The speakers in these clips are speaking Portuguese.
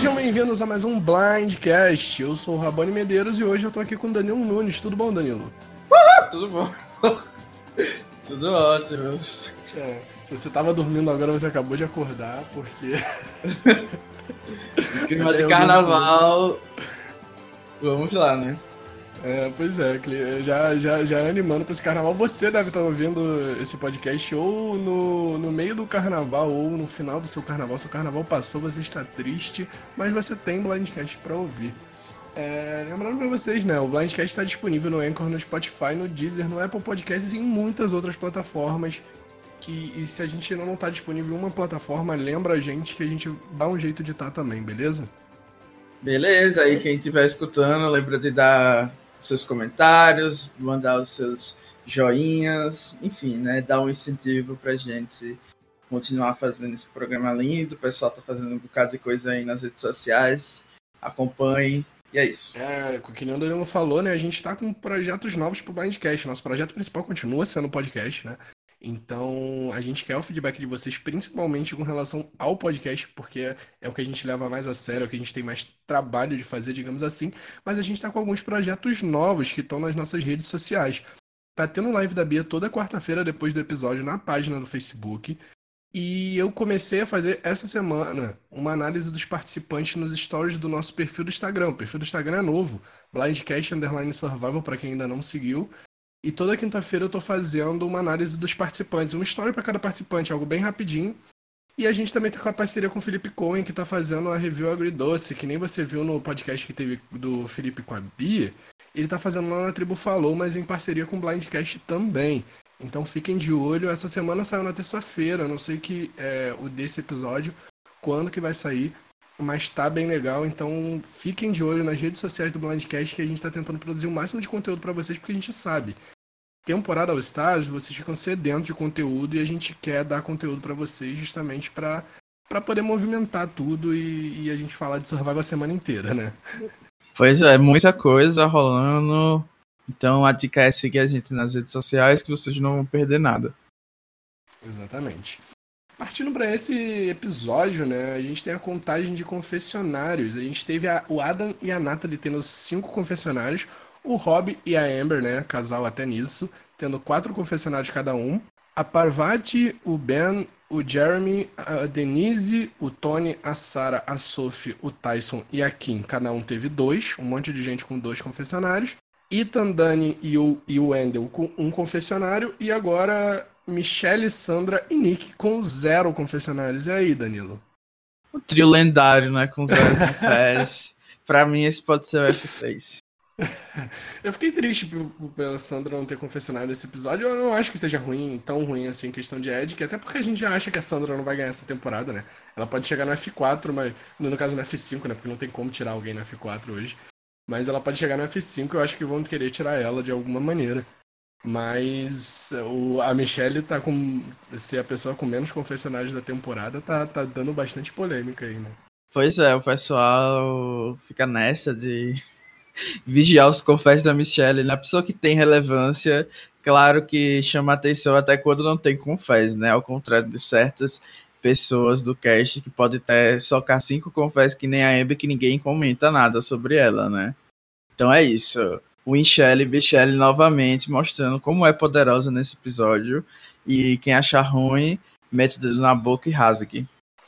Sejam bem-vindos a mais um Blindcast. Eu sou o Rabone Medeiros e hoje eu tô aqui com o Danilo Nunes. Tudo bom, Danilo? Tudo bom. Tudo ótimo. Se você tava dormindo agora, você acabou de acordar, porque... Clima de carnaval. Vamos lá, né? Pois é, já animando pra esse carnaval. Você deve estar ouvindo esse podcast ou no meio do carnaval ou no final do seu carnaval. Seu carnaval passou, você está triste, mas você tem Blindcast pra ouvir. Lembrando pra vocês, né, o Blindcast está disponível no Anchor, no Spotify, no Deezer, no Apple Podcasts e em muitas outras plataformas. E se a gente ainda não tá disponível em uma plataforma, lembra a gente que a gente dá um jeito de estar também, beleza? Beleza, aí quem estiver escutando, lembra de dar seus comentários, mandar os seus joinhas, enfim, né, dar um incentivo pra gente continuar fazendo esse programa lindo. O pessoal tá fazendo um bocado de coisa aí nas redes sociais, acompanhem, e é isso. Que nem o Danilo falou, né, a gente tá com projetos novos pro Blindcast. Nosso projeto principal continua sendo o podcast, né? Então, a gente quer o feedback de vocês, principalmente com relação ao podcast, porque é o que a gente leva mais a sério, é o que a gente tem mais trabalho de fazer, digamos assim. Mas a gente está com alguns projetos novos que estão nas nossas redes sociais. Tá tendo live da Bia toda quarta-feira depois do episódio na página do Facebook. E eu comecei a fazer essa semana uma análise dos participantes nos stories do nosso perfil do Instagram. O perfil do Instagram é novo, Blindcast_Survival, para quem ainda não seguiu. E toda quinta-feira eu tô fazendo uma análise dos participantes, uma história para cada participante, algo bem rapidinho. E a gente também tá com a parceria com o Felipe Cohen, que tá fazendo a review agridoce, que nem você viu no podcast que teve do Felipe com a Bia. Ele tá fazendo lá na Tribo Falou, mas em parceria com o Blindcast também. Então fiquem de olho. Essa semana saiu na terça-feira, não sei que o desse episódio, quando que vai sair, mas tá bem legal. Então fiquem de olho nas redes sociais do Blindcast, que a gente tá tentando produzir o máximo de conteúdo para vocês, porque a gente sabe. Temporada All Stars, vocês ficam sedentos de conteúdo e a gente quer dar conteúdo pra vocês justamente pra poder movimentar tudo e a gente falar de Survival a semana inteira, né? Pois é, muita coisa rolando. Então a dica é seguir a gente nas redes sociais, que vocês não vão perder nada. Exatamente. Partindo para esse episódio, né, a gente tem a contagem de confessionários. A gente teve o Adam e a Natalie tendo 5 confessionários, o Rob e a Amber, né, casal até nisso, tendo 4 confessionários cada um, a Parvati, o Ben, o Jeremy, a Denise, o Tony, a Sarah, a Sophie, o Tyson e a Kim, cada um teve 2, um monte de gente com 2 confessionários. Ethan, Dani e o Wendell com 1 confessionário. E agora Michelle, Sandra e Nick com 0 confessionários. E aí, Danilo? O trio lendário, né? Com 0 confess. Pra mim, esse pode ser o F3. Eu fiquei triste pela Sandra não ter confessionário nesse episódio. Eu não acho que seja tão ruim assim em questão de Edic, até porque a gente já acha que a Sandra não vai ganhar essa temporada, né? Ela pode chegar no F4, mas no caso no F5, né? Porque não tem como tirar alguém no F4 hoje. Mas ela pode chegar no F5, eu acho que vão querer tirar ela de alguma maneira. Mas a Michelle tá com. Ser a pessoa com menos confessionários da temporada, tá dando bastante polêmica aí, né? Pois é, o pessoal fica nessa de vigiar os confessos da Michelle, né? A pessoa que tem relevância, claro que chama atenção até quando não tem confess, né? Ao contrário de certas pessoas do cast que pode até socar 5 confessos que nem a Amber, que ninguém comenta nada sobre ela, né? Então é isso. Michelle novamente mostrando como é poderosa nesse episódio. E quem achar ruim, mete o dedo na boca e rasgue.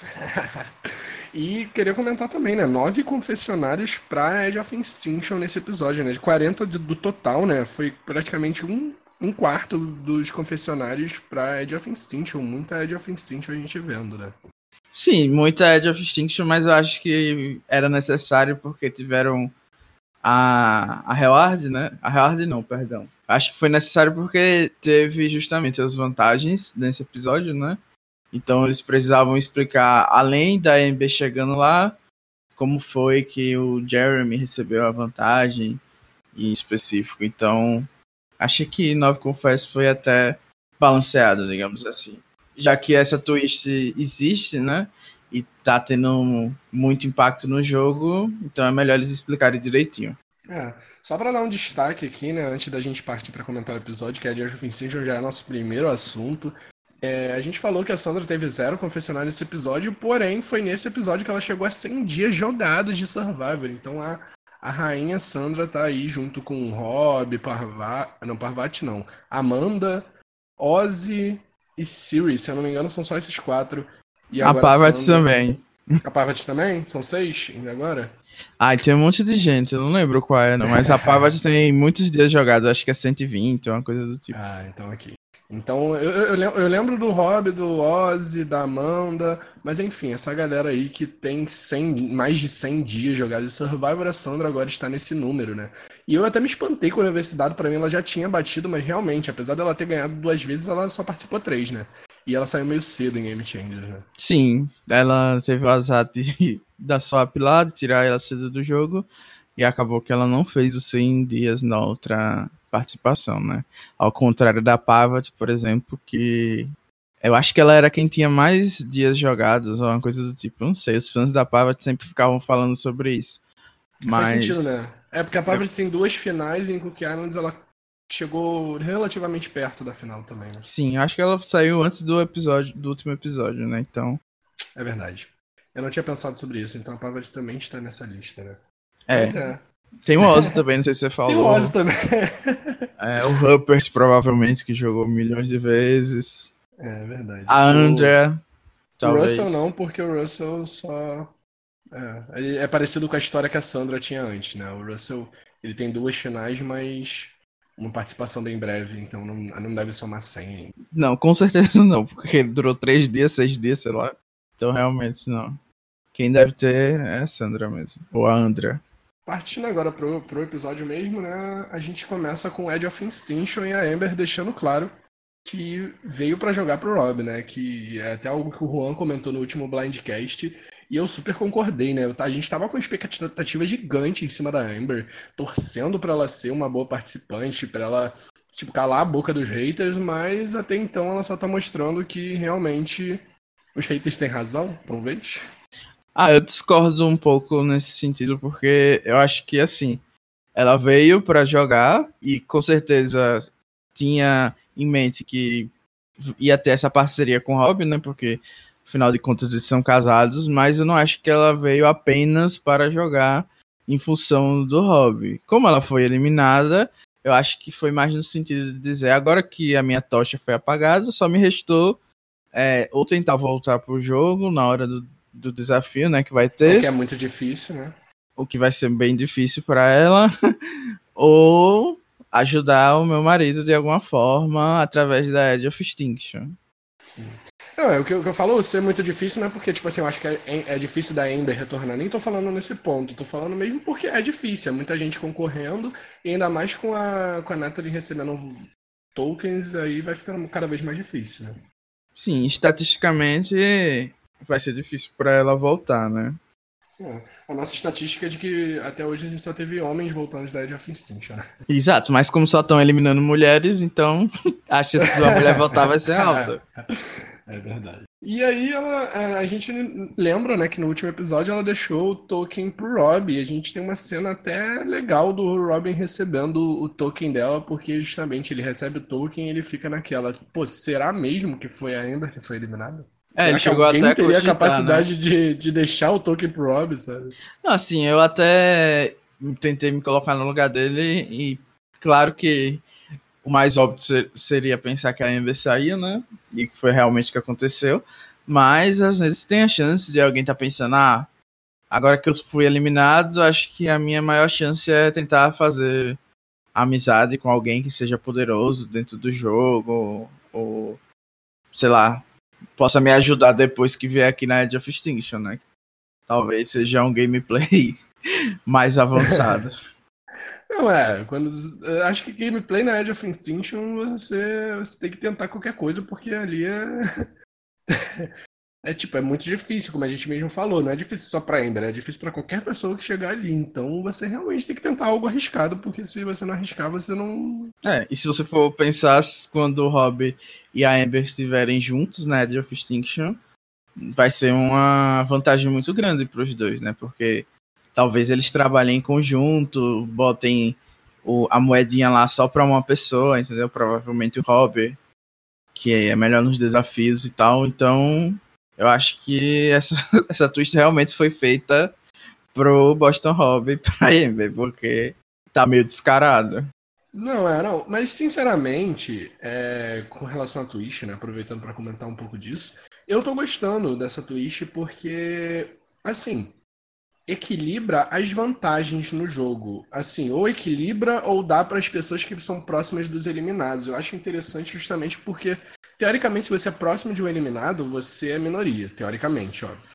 E queria comentar também, né? 9 confessionários pra Edge of Extinction nesse episódio, né? De 40 do total, né? Foi praticamente um quarto dos confessionários pra Edge of Extinction. Muita Edge of Extinction a gente vendo, né? Sim, muita Edge of Extinction, mas eu acho que era necessário porque tiveram a Reward, né? A Reward não, perdão. Acho que foi necessário porque teve justamente as vantagens nesse episódio, né? Então eles precisavam explicar, além da Amber chegando lá, como foi que o Jeremy recebeu a vantagem em específico. Então, achei que 9 Confess foi até balanceado, digamos assim. Já que essa twist existe, né? E tá tendo muito impacto no jogo, então é melhor eles explicarem direitinho. Só pra dar um destaque aqui, né, antes da gente partir pra comentar o episódio, que a Age of Extinction já é nosso primeiro assunto. A gente falou que a Sandra teve 0 confessionário nesse episódio, porém foi nesse episódio que ela chegou a 100 dias jogados de Survivor. Então a rainha Sandra tá aí junto com Rob, Parvati não, Amanda, Ozzy e Siri. Se eu não me engano, são só esses 4. E A agora Parvati Sandra. também. A Parvati também? São 6 ainda agora? Ai, tem um monte de gente, eu não lembro qual é, não, mas a Parvati tem muitos dias jogados, acho que é 120, uma coisa do tipo. Então aqui. Então, eu lembro do Rob, do Ozzy, da Amanda, mas enfim, essa galera aí que tem mais de 100 dias jogados de Survivor, a Sandra agora está nesse número, né? E eu até me espantei quando eu vi esse dado, pra mim ela já tinha batido, mas realmente, apesar dela ter ganhado 2 vezes, ela só participou 3, né? E ela saiu meio cedo em Game Changers, né? Sim, ela teve o azar de dar swap lá, de tirar ela cedo do jogo, e acabou que ela não fez os 100 dias na outra participação, né? Ao contrário da Parvati, por exemplo, que eu acho que ela era quem tinha mais dias jogados, ou uma coisa do tipo, não sei, os fãs da Parvati sempre ficavam falando sobre isso. Faz Mas sentido, né? É porque a Parvati tem 2 finais e em Cook Islands ela chegou relativamente perto da final também, né? sim, eu acho que ela saiu antes do último episódio, né? Então, É verdade. Eu não tinha pensado sobre isso, então a Parvati também está nessa lista, né? é. Mas é. Tem o Ozzy também, não sei se você falou. Tem o Ozzy também. O Rupert, provavelmente, que jogou milhões de vezes. É verdade. A Andrea, O talvez. Russell não, porque o Russell só. É parecido com a história que a Sandra tinha antes, né? O Russell, ele tem 2 finais, mas uma participação bem breve, então não deve somar 100 ainda. Não, com certeza não, porque ele durou 3 dias, 6 dias, sei lá. Então, realmente, não. Quem deve ter é a Sandra mesmo. Ou a Andrea. Partindo agora pro episódio mesmo, né? A gente começa com Edge of Extinction e a Amber deixando claro que veio pra jogar pro Rob, né? Que é até algo que o Juan comentou no último Blindcast. E eu super concordei, né? A gente tava com uma expectativa gigante em cima da Amber, torcendo pra ela ser uma boa participante, pra ela, tipo, calar a boca dos haters, mas até então ela só tá mostrando que realmente os haters têm razão, talvez. Eu discordo um pouco nesse sentido, porque eu acho que, assim, ela veio pra jogar e com certeza tinha em mente que ia ter essa parceria com o Rob, né? Porque, afinal de contas, eles são casados, mas eu não acho que ela veio apenas para jogar em função do Rob. Como ela foi eliminada, eu acho que foi mais no sentido de dizer, agora que a minha tocha foi apagada, só me restou ou tentar voltar pro jogo na hora do desafio, né, que vai ter. O que é muito difícil, né? O que vai ser bem difícil para ela. Ou ajudar o meu marido de alguma forma através da Edge of Extinction. Não, o que eu falo ser muito difícil não é porque, tipo assim, eu acho que é difícil da Amber retornar. Nem tô falando nesse ponto, tô falando mesmo porque é difícil. É muita gente concorrendo, e ainda mais com a Natalie recebendo tokens, aí vai ficando cada vez mais difícil, né? Sim, estatisticamente vai ser difícil para ela voltar, né? A nossa estatística é de que até hoje a gente só teve homens voltando da Edge of Extinction, né? Exato, mas como só estão eliminando mulheres, então a chance de uma mulher voltar vai ser alta. É verdade. E aí a gente lembra, né, que no último episódio ela deixou o token pro Rob. E a gente tem uma cena até legal do Robin recebendo o token dela, porque justamente ele recebe o token e ele fica naquela, pô, será mesmo que foi a Amber que foi eliminada? Será Ele que chegou alguém até a teria a cogitar, capacidade né? de deixar o token pro Rob, sabe? Não, assim, eu até tentei me colocar no lugar dele e claro que o mais óbvio seria pensar que a Amber saía, né? E que foi realmente o que aconteceu. Mas às vezes tem a chance de alguém estar pensando, agora que eu fui eliminado, acho que a minha maior chance é tentar fazer amizade com alguém que seja poderoso dentro do jogo, ou sei lá, possa me ajudar depois que vier aqui na Edge of Extinction, né? Talvez seja um gameplay mais avançado. Não, acho que gameplay na Edge of Extinction você tem que tentar qualquer coisa, porque ali é muito difícil, como a gente mesmo falou. Não é difícil só pra Ember, é difícil pra qualquer pessoa que chegar ali. Então você realmente tem que tentar algo arriscado, porque se você não arriscar, você não. E se você for pensar quando o Rob e a Amber estiverem juntos na Edge of Extinction, vai ser uma vantagem muito grande para os dois, né? Porque talvez eles trabalhem em conjunto, botem a moedinha lá só para uma pessoa, entendeu? Provavelmente o Rob que é melhor nos desafios e tal. Então, eu acho que essa twist realmente foi feita pro Boston Rob e pra Ember, porque tá meio descarado. Não. Mas, sinceramente, com relação à Twitch, né? Aproveitando para comentar um pouco disso, eu tô gostando dessa Twitch porque, assim, equilibra as vantagens no jogo. Assim, ou equilibra ou dá para as pessoas que são próximas dos eliminados. Eu acho interessante justamente porque, teoricamente, se você é próximo de um eliminado, você é minoria. Teoricamente, óbvio.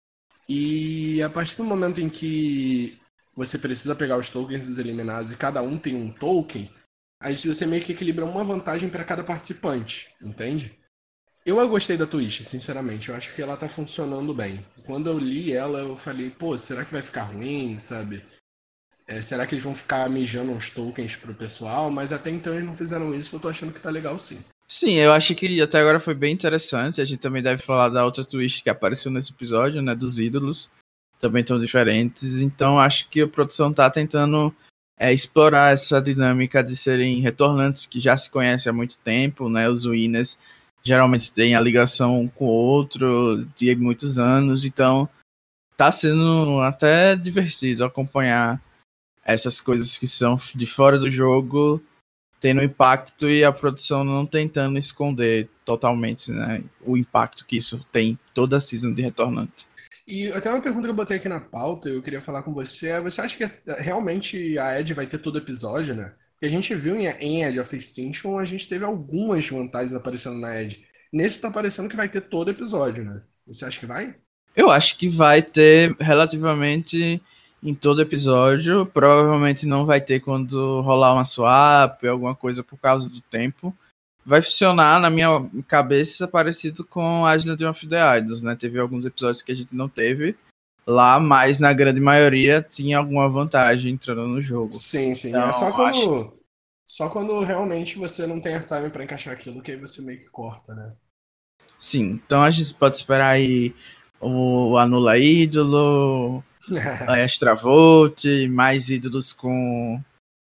E a partir do momento em que você precisa pegar os tokens dos eliminados e cada um tem um token, aí você meio que equilibra uma vantagem para cada participante, entende? Eu gostei da Twitch, sinceramente. Eu acho que ela tá funcionando bem. Quando eu li ela, eu falei, pô, será que vai ficar ruim, sabe? Será que eles vão ficar mijando uns tokens pro pessoal? Mas até então eles não fizeram isso, eu tô achando que tá legal sim. Sim, eu acho que até agora foi bem interessante. A gente também deve falar da outra twist que apareceu nesse episódio, né? Dos ídolos. Também tão diferentes. Então acho que a produção tá tentando explorar essa dinâmica de serem retornantes que já se conhecem há muito tempo, né? Os winners geralmente têm a ligação com o outro de muitos anos. Então tá sendo até divertido acompanhar essas coisas que são de fora do jogo tendo impacto e a produção não tentando esconder totalmente, né, o impacto que isso tem toda a season de Retornante. E até uma pergunta que eu botei aqui na pauta, eu queria falar com você, você acha que realmente a Ed vai ter todo episódio, né? Porque a gente viu em Edge of Extinction, a gente teve algumas vantagens aparecendo na Ed. Nesse tá parecendo que vai ter todo episódio, né? Você acha que vai? Eu acho que vai ter relativamente em todo episódio, provavelmente não vai ter quando rolar uma swap, alguma coisa por causa do tempo. Vai funcionar na minha cabeça parecido com Island of the Idols, né? Teve alguns episódios que a gente não teve lá, mas na grande maioria tinha alguma vantagem entrando no jogo. Sim, sim. É Então, acho. só quando realmente você não tem airtime pra encaixar aquilo, que aí você meio que corta, né? Sim, então a gente pode esperar aí o Anula Ídolo, a Extra Volt, mais ídolos com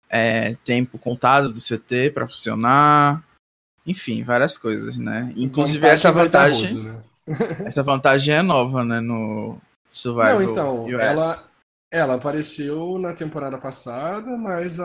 tempo contado do CT para funcionar. Enfim, várias coisas, né? Inclusive Vantagem vai dar rodo, né? essa vantagem é nova, né? No Não, Survival então, US. ela apareceu na temporada passada, mas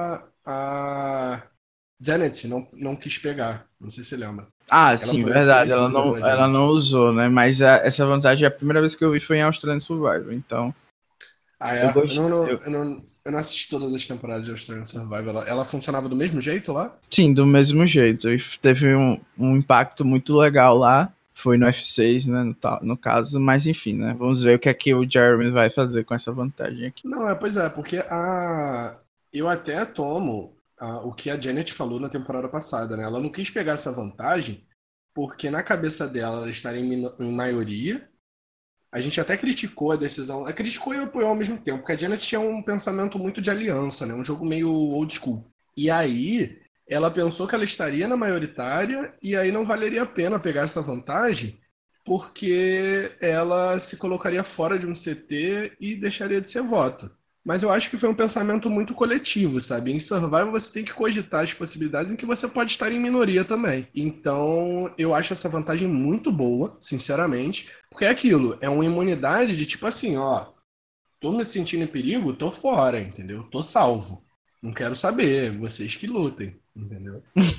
a Janet não quis pegar. Não sei se você lembra. Ah, Ela sim, foi verdade. oferecida pra Ela não Janet. usou, né? Mas essa vantagem, a primeira vez que eu vi foi em Australian Survival. Então, Ah, eu é? gosto. Eu não assisti todas as temporadas de Australian Survival. Ela funcionava do mesmo jeito lá? Sim, do mesmo jeito. E teve um impacto muito legal lá. Foi no F6, né? No caso, mas enfim, né? Vamos ver o que é que o Jeremy vai fazer com essa vantagem aqui. Não, pois é, porque eu até tomo o que a Janet falou na temporada passada, né? Ela não quis pegar essa vantagem porque na cabeça dela ela estaria em maioria. A gente até criticou a decisão, criticou e apoiou ao mesmo tempo, porque a Janet tinha um pensamento muito de aliança, né? Um jogo meio old school. E aí ela pensou que ela estaria na maioritária e aí não valeria a pena pegar essa vantagem porque ela se colocaria fora de um CT e deixaria de ser voto. Mas eu acho que foi um pensamento muito coletivo, sabe? Em Survival você tem que cogitar as possibilidades em que você pode estar em minoria também. Então, eu acho essa vantagem muito boa, sinceramente, porque é aquilo, é uma imunidade de tipo assim, ó, tô me sentindo em perigo, tô fora, entendeu? Tô salvo. Não quero saber, vocês que lutem, entendeu?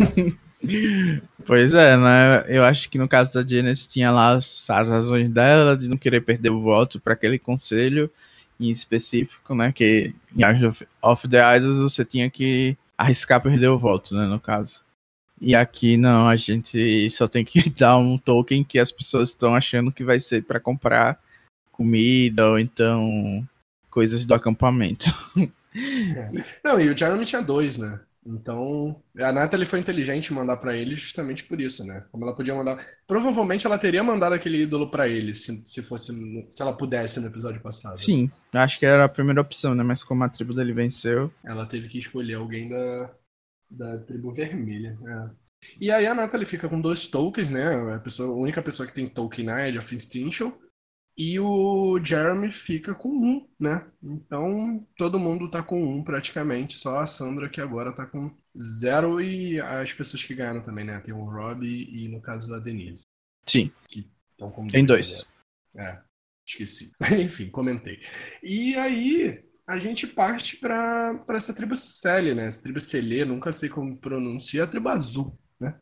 Pois é, né? Eu acho que no caso da Janet tinha lá as razões dela de não querer perder o voto para aquele conselho em específico, né? Que em Age of the Idols você tinha que arriscar perder o voto, né? No caso. E aqui não, a gente só tem que dar um token que as pessoas estão achando que vai ser para comprar comida ou então coisas do acampamento. Não, e o Jeremy tinha dois, né? Então, a Natalie foi inteligente em mandar pra ele justamente por isso, né? Como ela podia mandar. Provavelmente ela teria mandado aquele ídolo pra ele, se fosse, se ela pudesse no episódio passado, né? Sim, acho que era a primeira opção, né? Mas como a tribo dele venceu. Ela teve que escolher alguém da tribo vermelha. E aí a Natalie fica com dois tokens, né? A única pessoa que tem token na Edge of Extinction. E o Jeremy fica com um, né? Então todo mundo tá com um praticamente, só a Sandra que agora tá com Zero e as pessoas que ganharam também, né? Tem o Rob e, no caso, a Denise. Sim. Que estão como Tem 2 2. a 0. Esqueci. Enfim, comentei. E aí, a gente parte pra essa tribo Cele, né? Essa tribo Celê, nunca sei como pronuncia, a tribo azul, né?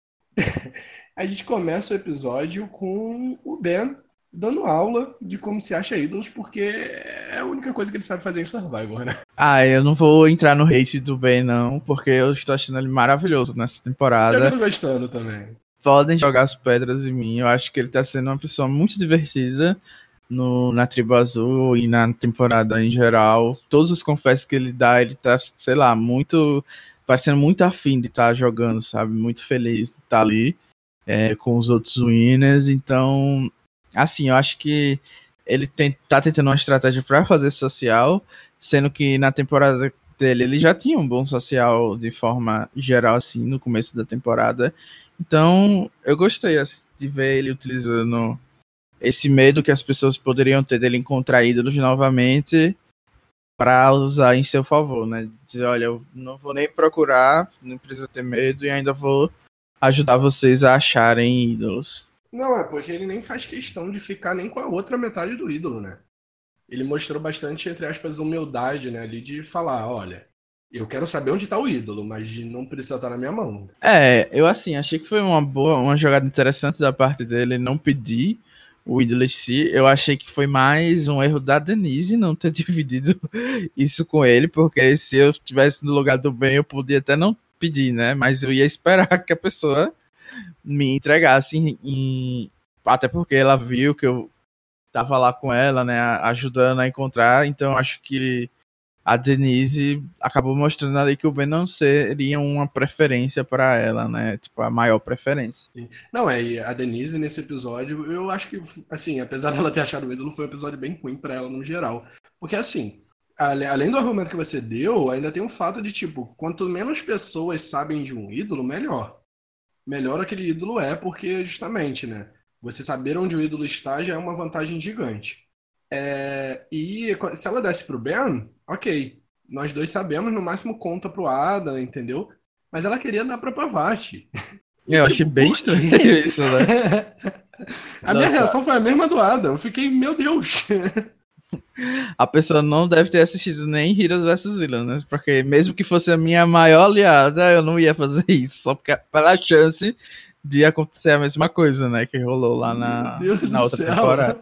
A gente começa o episódio com o Ben dando aula de como se acha ídolos, porque é a única coisa que ele sabe fazer em Survivor, né? Eu não vou entrar no hate do Ben, não, porque eu estou achando ele maravilhoso nessa Eu temporada. tô gostando também. Podem jogar as pedras em mim, eu acho que ele tá sendo uma pessoa muito divertida na Tribo Azul e na temporada em geral. Todos os confessos que ele dá, ele tá, sei lá, muito. Parecendo muito afim de estar jogando, sabe? Muito feliz de estar ali com os outros winners. Então, assim, eu acho que ele tá tentando uma estratégia para fazer social, sendo que na temporada dele ele já tinha um bom social de forma geral, assim, no começo da temporada. Então, eu gostei assim, de ver ele utilizando esse medo que as pessoas poderiam ter dele encontrar ídolos novamente para usar em seu favor, né? Dizer, olha, eu não vou nem procurar, não precisa ter medo e ainda vou ajudar vocês a acharem ídolos. Não, é porque ele nem faz questão de ficar nem com a outra metade do ídolo, né? Ele mostrou bastante, entre aspas, humildade, né? Ali de falar, olha, eu quero saber onde tá o ídolo, mas não precisa estar na minha mão. Eu assim, achei que foi uma jogada interessante da parte dele não pedir o ídolo em si. Eu achei que foi mais um erro da Denise não ter dividido isso com ele, porque se eu estivesse no lugar do bem, eu podia até não pedir, né? Mas eu ia esperar que a pessoa me entregasse até porque ela viu que eu tava lá com ela, né, ajudando a encontrar, então acho que a Denise acabou mostrando ali que o Ben não seria uma preferência para ela, né? Tipo, a maior preferência. Sim. Não, e a Denise nesse episódio, eu acho que, assim, apesar dela ter achado o ídolo, foi um episódio bem ruim pra ela no geral. Porque, assim, além do argumento que você deu, ainda tem o fato de, tipo, quanto menos pessoas sabem de um ídolo, melhor. Melhor aquele ídolo é, porque, justamente, né? Você saber onde o ídolo está já é uma vantagem gigante. E se ela desse pro Ben, ok. Nós dois sabemos, no máximo conta pro Adam, entendeu? Mas ela queria dar pra Pavati. E Eu achei tipo, bem por estranho quê? isso, né? A minha Nossa, reação foi a mesma do Adam. Eu fiquei, meu Deus. a pessoa não deve ter assistido nem Heroes vs Villains, né? Porque mesmo que fosse a minha maior aliada, eu não ia fazer isso, só porque pela chance de acontecer a mesma coisa, né? Que rolou lá Meu na, Deus do na outra céu. temporada.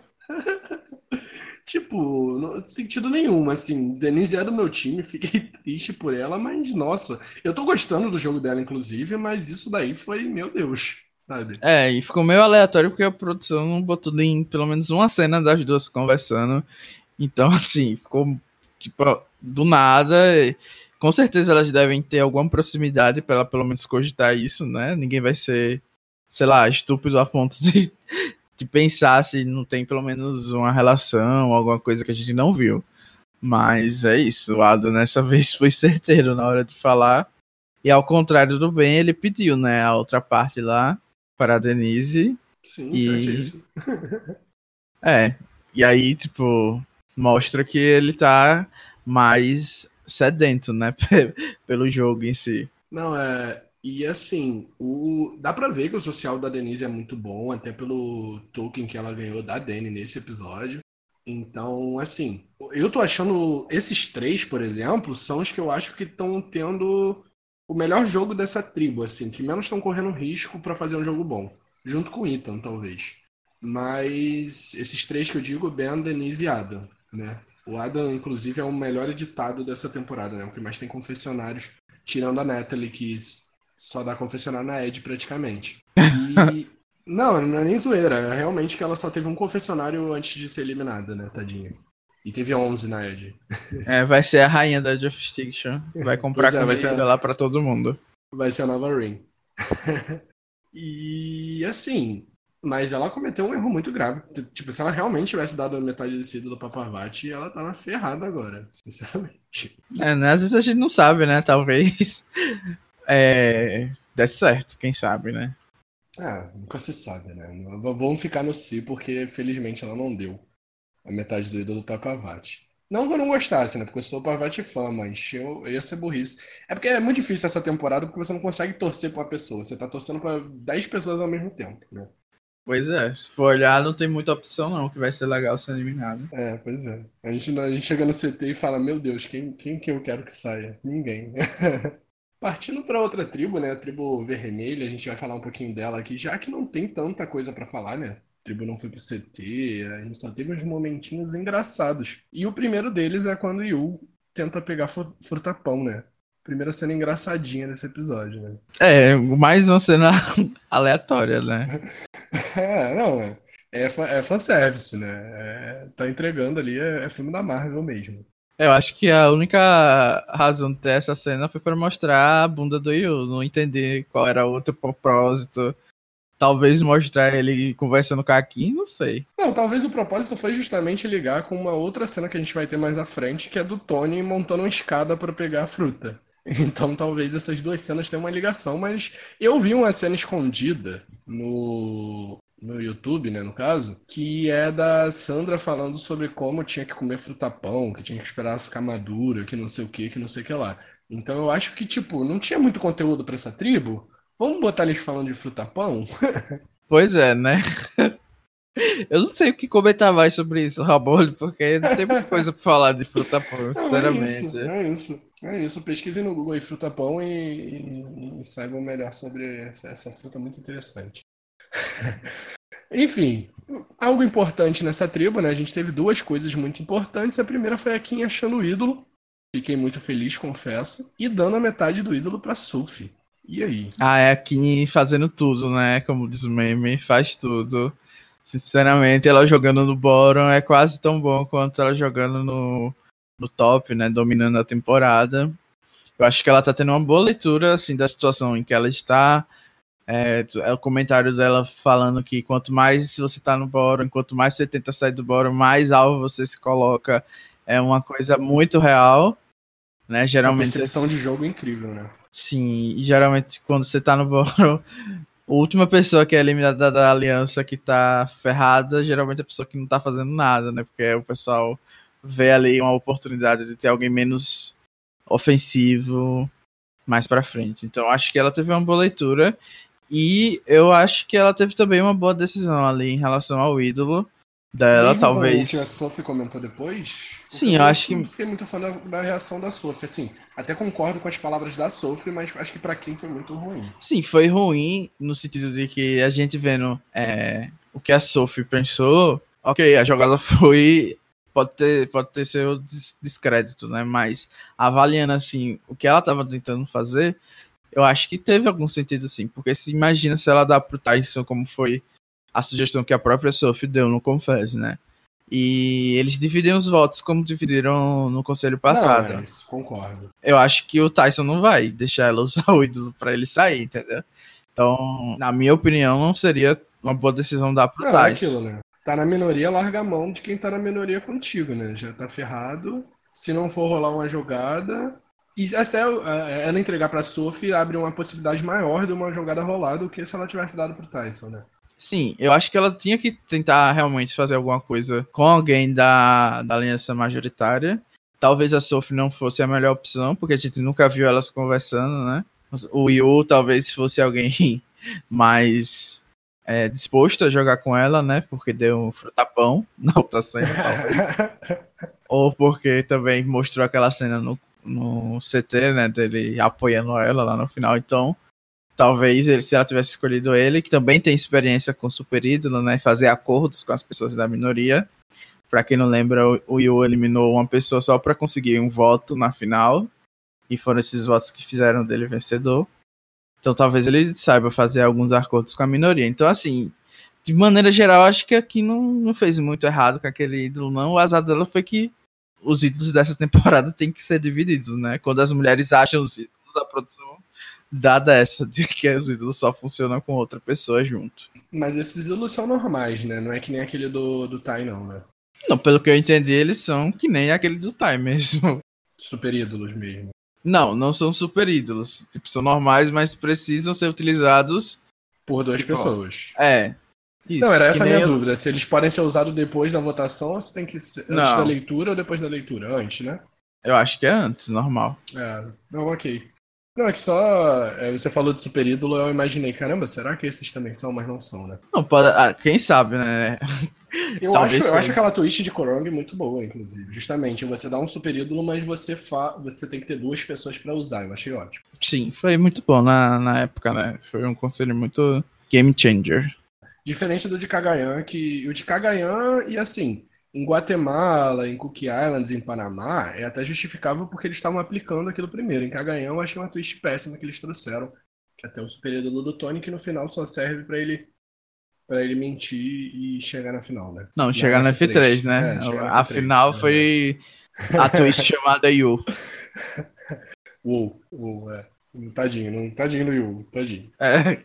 Tipo, não sentido nenhum, assim, Denise é do meu time, fiquei triste por ela, mas nossa, eu tô gostando do jogo dela, inclusive, mas isso daí foi, meu Deus, sabe? E ficou meio aleatório porque a produção não botou nem pelo menos uma cena das duas conversando. Então, assim, ficou tipo do nada. Com certeza elas devem ter alguma proximidade para ela pelo menos cogitar isso, né? Ninguém vai ser, sei lá, estúpido a ponto de pensar se não tem pelo menos uma relação, alguma coisa que a gente não viu. Mas é isso, o Adam nessa vez foi certeiro na hora de falar. E ao contrário do Ben, ele pediu, né, a outra parte lá para a Denise. Sim, E certíssimo. é, e aí, tipo, mostra que ele tá mais sedento, né, pelo jogo em si. Não, e assim, dá pra ver que o social da Denise é muito bom, até pelo token que ela ganhou da Dani nesse episódio. Então, assim, eu tô achando esses três, por exemplo, são os que eu acho que estão tendo o melhor jogo dessa tribo, assim, que menos estão correndo risco pra fazer um jogo bom, junto com o Ethan, talvez. Mas esses três que eu digo, Ben, Denise e Adam, né? O Adam, inclusive, é o melhor editado dessa temporada, né? O que mais tem confessionários, tirando a Natalie, que só dá confessionário na Ed praticamente. E não é nem zoeira. É realmente que ela só teve um confessionário antes de ser eliminada, né, tadinha. E teve 11 na Ed. Vai ser a rainha da Jurisdiction. Vai comprar Pois é, comida lá pra todo mundo. vai ser a nova Ring. E assim, mas ela cometeu um erro muito grave. Tipo, se ela realmente tivesse dado a metade desse ídolo pra Parvati, ela tava ferrada agora, sinceramente. Né, às vezes a gente não sabe, né? Talvez desse certo, quem sabe, né? Ah, nunca se sabe, né? Vamos ficar no si, porque felizmente ela não deu a metade do ídolo pra Parvati. Não que eu não gostasse, né? Porque eu sou Parvati fã, mas eu ia ser burrice. É porque é muito difícil essa temporada porque você não consegue torcer pra uma pessoa. Você tá torcendo pra 10 pessoas ao mesmo tempo, né? Pois é, se for olhar, não tem muita opção não, que vai ser legal ser eliminado. É, pois é. A gente chega no CT e fala, meu Deus, quem que eu quero que saia? Ninguém. Partindo para outra tribo, né? A tribo vermelha, a gente vai falar um pouquinho dela aqui, já que não tem tanta coisa para falar, né? A tribo não foi pro CT, a gente só teve uns momentinhos engraçados. E o primeiro deles é quando o Yu tenta pegar frutapão, né? Primeira cena engraçadinha desse episódio, né? É, mais uma cena aleatória, né? É, não, é fanservice, né? Tá entregando ali, é filme da Marvel mesmo. Eu acho que a única razão de ter essa cena foi pra mostrar a bunda do Yu, não entender qual era o outro propósito. Talvez mostrar ele conversando com a Kim, não sei. Não, talvez o propósito foi justamente ligar com uma outra cena que a gente vai ter mais à frente, que é do Tony montando uma escada para pegar a fruta. Então talvez essas duas cenas tenham uma ligação, mas eu vi uma cena escondida no YouTube, né, no caso, que é da Sandra falando sobre como tinha que comer fruta-pão, que tinha que esperar ela ficar madura, que não sei o que não sei o que lá. Então eu acho que, tipo, não tinha muito conteúdo para essa tribo. Vamos botar eles falando de fruta-pão? Pois é, né? Eu não sei o que comentar mais sobre isso, Rabolho, porque não tem muita coisa pra falar de fruta pão, Não, é isso, sinceramente. é isso, é isso. Pesquisem no Google aí fruta-pão e saibam melhor sobre essa fruta muito interessante. Enfim, algo importante nessa tribo, né? A gente teve duas coisas muito importantes. A primeira foi a Kim achando o ídolo. Fiquei muito feliz, confesso. E dando a metade do ídolo pra Sufi. E aí? Ah, é a Kim fazendo tudo, né? Como diz o meme, faz tudo. Sinceramente, ela jogando no bottom é quase tão bom quanto ela jogando no top, né? Dominando a temporada. Eu acho que ela tá tendo uma boa leitura, assim, da situação em que ela está. É o comentário dela falando que quanto mais você tá no bottom, quanto mais você tenta sair do bottom, mais alvo você se coloca. É uma coisa muito real, né? Uma Geralmente, percepção de jogo incrível, né? sim, e geralmente quando você tá no bottom, a última pessoa que é eliminada da aliança que tá ferrada, geralmente é a pessoa que não tá fazendo nada, né? Porque o pessoal vê ali uma oportunidade de ter alguém menos ofensivo mais pra frente. Então acho que ela teve uma boa leitura. E eu acho que ela teve também uma boa decisão ali em relação ao ídolo dela, Mesmo com o que a talvez. Sophie comentou depois, porque eu Sim, eu também acho que. fiquei muito fã da reação da Sophie. Assim, até concordo com as palavras da Sophie, mas acho que pra quem foi muito ruim. Sim, foi ruim no sentido de que a gente vendo o que a Sophie pensou. Ok, a jogada foi. Pode ter seu descrédito, né? Mas avaliando assim o que ela tava tentando fazer, eu acho que teve algum sentido sim. Porque se imagina se ela dá pro Tyson como foi a sugestão que a própria Sophie deu no Confess, né? E eles dividem os votos como dividiram no conselho Não, passado. é isso, concordo. Eu acho que o Tyson não vai deixar ela usar o ídolo pra ele sair, entendeu? Então, na minha opinião, não seria uma boa decisão dar pro Não, é Tyson. aquilo, né? Tá na minoria, larga a mão de quem tá na minoria contigo, né? Já tá ferrado. Se não for rolar uma jogada. E até ela entregar pra Sophie abre uma possibilidade maior de uma jogada rolar do que se ela tivesse dado pro Tyson, né? Sim, eu acho que ela tinha que tentar realmente fazer alguma coisa com alguém da aliança majoritária. Talvez a Sophie não fosse a melhor opção, porque a gente nunca viu elas conversando, né? O Yu talvez fosse alguém mais disposto a jogar com ela, né? Porque deu um frutapão na outra cena, talvez. Ou porque também mostrou aquela cena no CT, né? Dele apoiando ela lá no final. Então, talvez se ela tivesse escolhido ele, que também tem experiência com super ídolo, né? Fazer acordos com as pessoas da minoria. Pra quem não lembra, o Yu eliminou uma pessoa só pra conseguir um voto na final. E foram esses votos que fizeram dele vencedor. Então talvez ele saiba fazer alguns acordos com a minoria. Então, assim, de maneira geral, acho que aqui não fez muito errado com aquele ídolo, não. O azar dela foi que os ídolos dessa temporada têm que ser divididos, né? Quando as mulheres acham os ídolos, a produção dá dessa, de que os ídolos só funcionam com outra pessoa junto. Mas esses ídolos são normais, né? Não é que nem aquele do Tai, não, né? Não, pelo que eu entendi, eles são que nem aquele do Time mesmo. Super ídolos mesmo. Não são super ídolos. Tipo, são normais, mas precisam ser utilizados Por duas tipo, pessoas. Não, Isso, era que essa a nem minha eu. dúvida. Se eles podem ser usados depois da votação ou se tem que ser antes da Não, leitura ou depois da leitura? Antes, né? eu acho que é antes, normal. Não, ok. Não, é que só você falou de super ídolo, eu imaginei, caramba, será que esses também são, mas não são, né? Não, pode, quem sabe, né? Talvez Eu acho seja. aquela twist de Korong muito boa, inclusive. Justamente, você dá um super ídolo, mas você tem que ter duas pessoas pra usar. Eu achei ótimo. Sim, foi muito bom na época, né? Foi um conselho muito game changer. Diferente do de Cagayan, que o de Cagayan, e assim, em Guatemala, em Cook Islands, em Panamá, é até justificável porque eles estavam aplicando aquilo primeiro. Em Cagayan, eu achei uma twist péssima que eles trouxeram, que até o super ídolo do Tony, que no final só serve pra ele mentir e chegar na final, né? Não, Na chegar no F3, F3. né? Chegar na A F3, final é verdade. foi a twist chamada Yu. Uou, tadinho, tadinho do Yu, tadinho. É,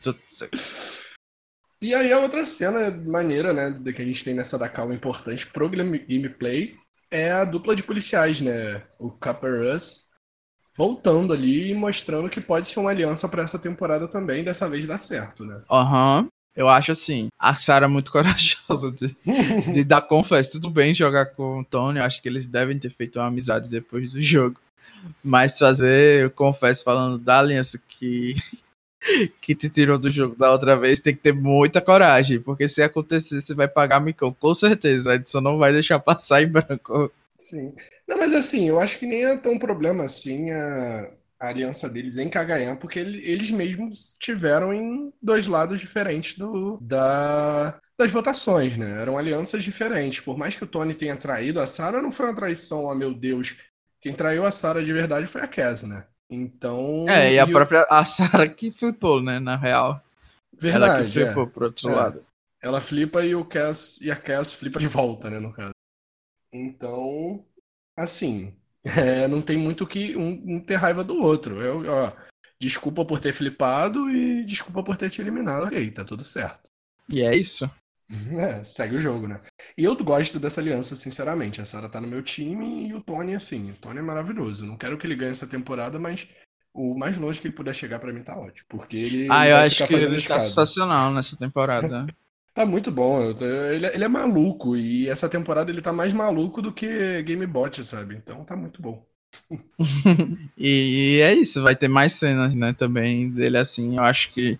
E aí a outra cena maneira, né, que a gente tem nessa da calma importante pro gameplay é a dupla de policiais, né? O Copper Russ voltando ali e mostrando que pode ser uma aliança pra essa temporada também, dessa vez dá certo, né? aham. Eu acho assim, a Sarah é muito corajosa de dar confesso. Tudo bem jogar com o Tony, eu acho que eles devem ter feito uma amizade depois do jogo. Mas fazer, eu confesso, falando da aliança que te tirou do jogo da outra vez, tem que ter muita coragem. Porque se acontecer, você vai pagar micão, com certeza. A edição não vai deixar passar em branco. Sim. Não, mas assim, eu acho que nem é tão problema assim a aliança deles em Cagayan, porque eles mesmos tiveram em dois lados diferentes das votações, né? Eram alianças diferentes. Por mais que o Tony tenha traído a Sarah, não foi uma traição, oh meu Deus. Quem traiu a Sarah de verdade foi a Cass, né? Então, É, e a própria a Sarah que flipou, né? Na real. Ela que verdade, flipou pro outro é. lado. Ela flipa e a Cass flipa de volta, né, no caso. Então, assim, não tem muito que um ter raiva do outro. Desculpa por ter flipado e desculpa por ter te eliminado. Ok, tá tudo certo. E é isso. Segue o jogo, né? E eu gosto dessa aliança, sinceramente. A Sarah tá no meu time e o Tony, assim, o Tony é maravilhoso. Não quero que ele ganhe essa temporada, mas o mais longe que ele puder chegar pra mim tá ótimo. Porque ele Eu vai acho ficar que fazendo ele tá escada. sensacional nessa temporada. Tá muito bom. Ele é maluco e essa temporada ele tá mais maluco do que GameBot, sabe? Então tá muito bom. E é isso, vai ter mais cenas, né, também dele assim. Eu acho que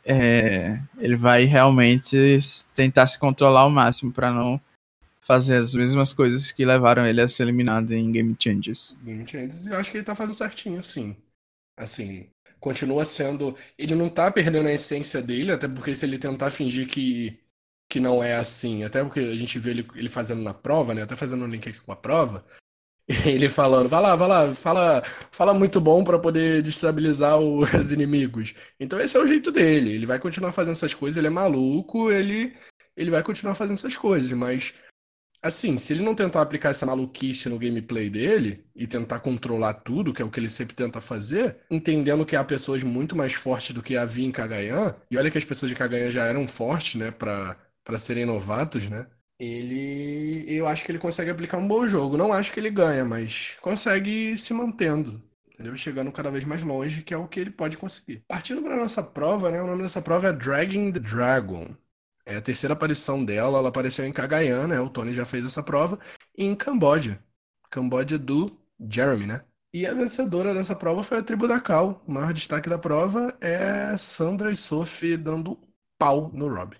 ele vai realmente tentar se controlar ao máximo pra não fazer as mesmas coisas que levaram ele a ser eliminado em Game Changers. Eu acho que ele tá fazendo certinho, sim. Assim, continua sendo. Ele não tá perdendo a essência dele, até porque se ele tentar fingir que não é assim, até porque a gente vê ele fazendo na prova, né? Até fazendo um link aqui com a prova. Ele falando, vai lá, fala muito bom pra poder destabilizar os inimigos. Então esse é o jeito dele. Ele vai continuar fazendo essas coisas, ele é maluco, ele vai continuar fazendo essas coisas, mas assim, se ele não tentar aplicar essa maluquice no gameplay dele e tentar controlar tudo, que é o que ele sempre tenta fazer, entendendo que há pessoas muito mais fortes do que havia em Cagayan, e olha que as pessoas de Cagayan já eram fortes, né, pra serem novatos, né? Eu acho que ele consegue aplicar um bom jogo. Não acho que ele ganha, mas consegue ir se mantendo, entendeu? Chegando cada vez mais longe, que é o que ele pode conseguir. Partindo para nossa prova, né? O nome dessa prova é Dragging the Dragon. É a terceira aparição dela. Ela apareceu em Cagayan, né? O Tony já fez essa prova. E em Camboja. Camboja do Jeremy, né? E a vencedora dessa prova foi a tribo da Cal. O maior destaque da prova é Sandra e Sophie dando pau no Rob.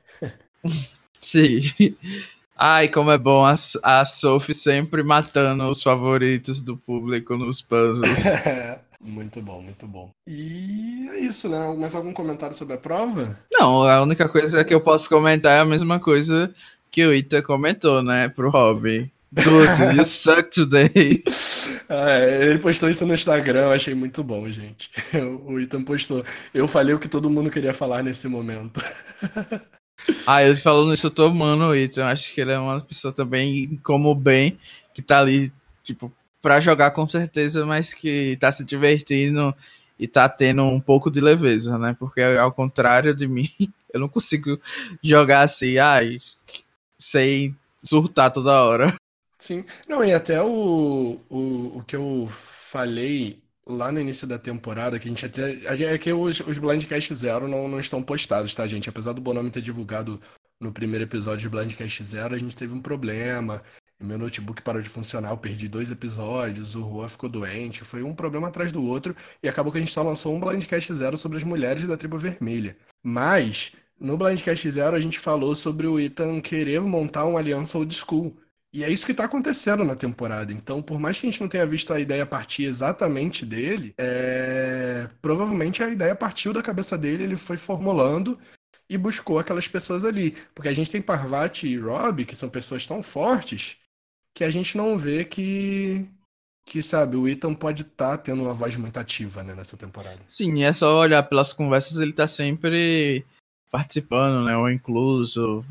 Sim. Ai, como é bom a Sophie sempre matando os favoritos do público nos puzzles. Muito bom, muito bom. E é isso, né? Mais algum comentário sobre a prova? Não, a única coisa que eu posso comentar é a mesma coisa que o Ita comentou, né, pro Robin. Dude, you suck today. Ele postou isso no Instagram, eu achei muito bom, gente. O Ethan postou. Eu falei o que todo mundo queria falar nesse momento. Ele falou nisso, eu tô amando o Ita. Eu acho que ele é uma pessoa também como o Ben, que tá ali, tipo, pra jogar com certeza, mas que tá se divertindo e tá tendo um pouco de leveza, né? Porque ao contrário de mim, eu não consigo jogar assim, sem surtar toda hora. Sim. Não, e até o que eu falei lá no início da temporada, que é que os Blindcast Zero não estão postados, tá, gente? Apesar do Bonome ter divulgado no primeiro episódio de Blindcast Zero, a gente teve um problema. Meu notebook parou de funcionar, eu perdi 2 episódios, o Juan ficou doente, foi um problema atrás do outro, e acabou que a gente só lançou um Blindcast Zero sobre as mulheres da tribo vermelha. Mas, no Blindcast Zero, a gente falou sobre o Ethan querer montar uma aliança old school. E é isso que tá acontecendo na temporada. Então, por mais que a gente não tenha visto a ideia partir exatamente dele, provavelmente a ideia partiu da cabeça dele, ele foi formulando e buscou aquelas pessoas ali. Porque a gente tem Parvati e Rob, que são pessoas tão fortes que a gente não vê que sabe, o Ethan pode estar tendo uma voz muito ativa, né, nessa temporada. Sim, é só olhar pelas conversas, ele tá sempre participando, né, ou incluso.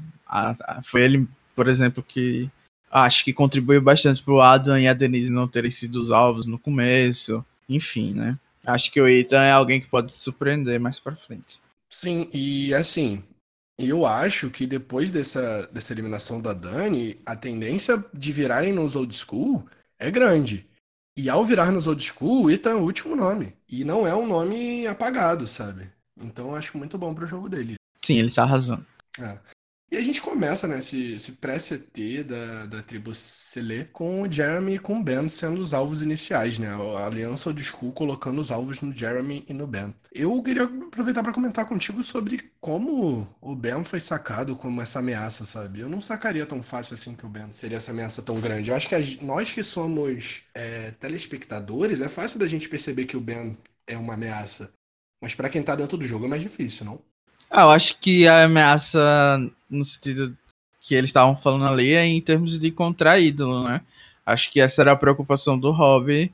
Foi ele, por exemplo, que acho que contribuiu bastante pro Adam e a Denise não terem sido os alvos no começo. Enfim, né. Acho que o Ethan é alguém que pode se surpreender mais pra frente. Sim, e assim, eu acho que depois dessa eliminação da Dani, a tendência de virarem nos old school é grande. E ao virar nos old school, o Ethan é o último nome. E não é um nome apagado, sabe? Então eu acho muito bom pro jogo dele. Sim, ele tá arrasando. É. E a gente começa, né, esse pré-CT da tribo Selê com o Jeremy e com o Ben sendo os alvos iniciais, né? A Aliança Old School colocando os alvos no Jeremy e no Ben. Eu queria aproveitar para comentar contigo sobre como o Ben foi sacado como essa ameaça, sabe? Eu não sacaria tão fácil assim que o Ben seria essa ameaça tão grande. Eu acho que nós que somos telespectadores, é fácil da gente perceber que o Ben é uma ameaça. Mas para quem tá dentro do jogo é mais difícil, não? Eu acho que a ameaça, no sentido que eles estavam falando ali, é em termos de contra ídolo, né? Acho que essa era a preocupação do Hobby.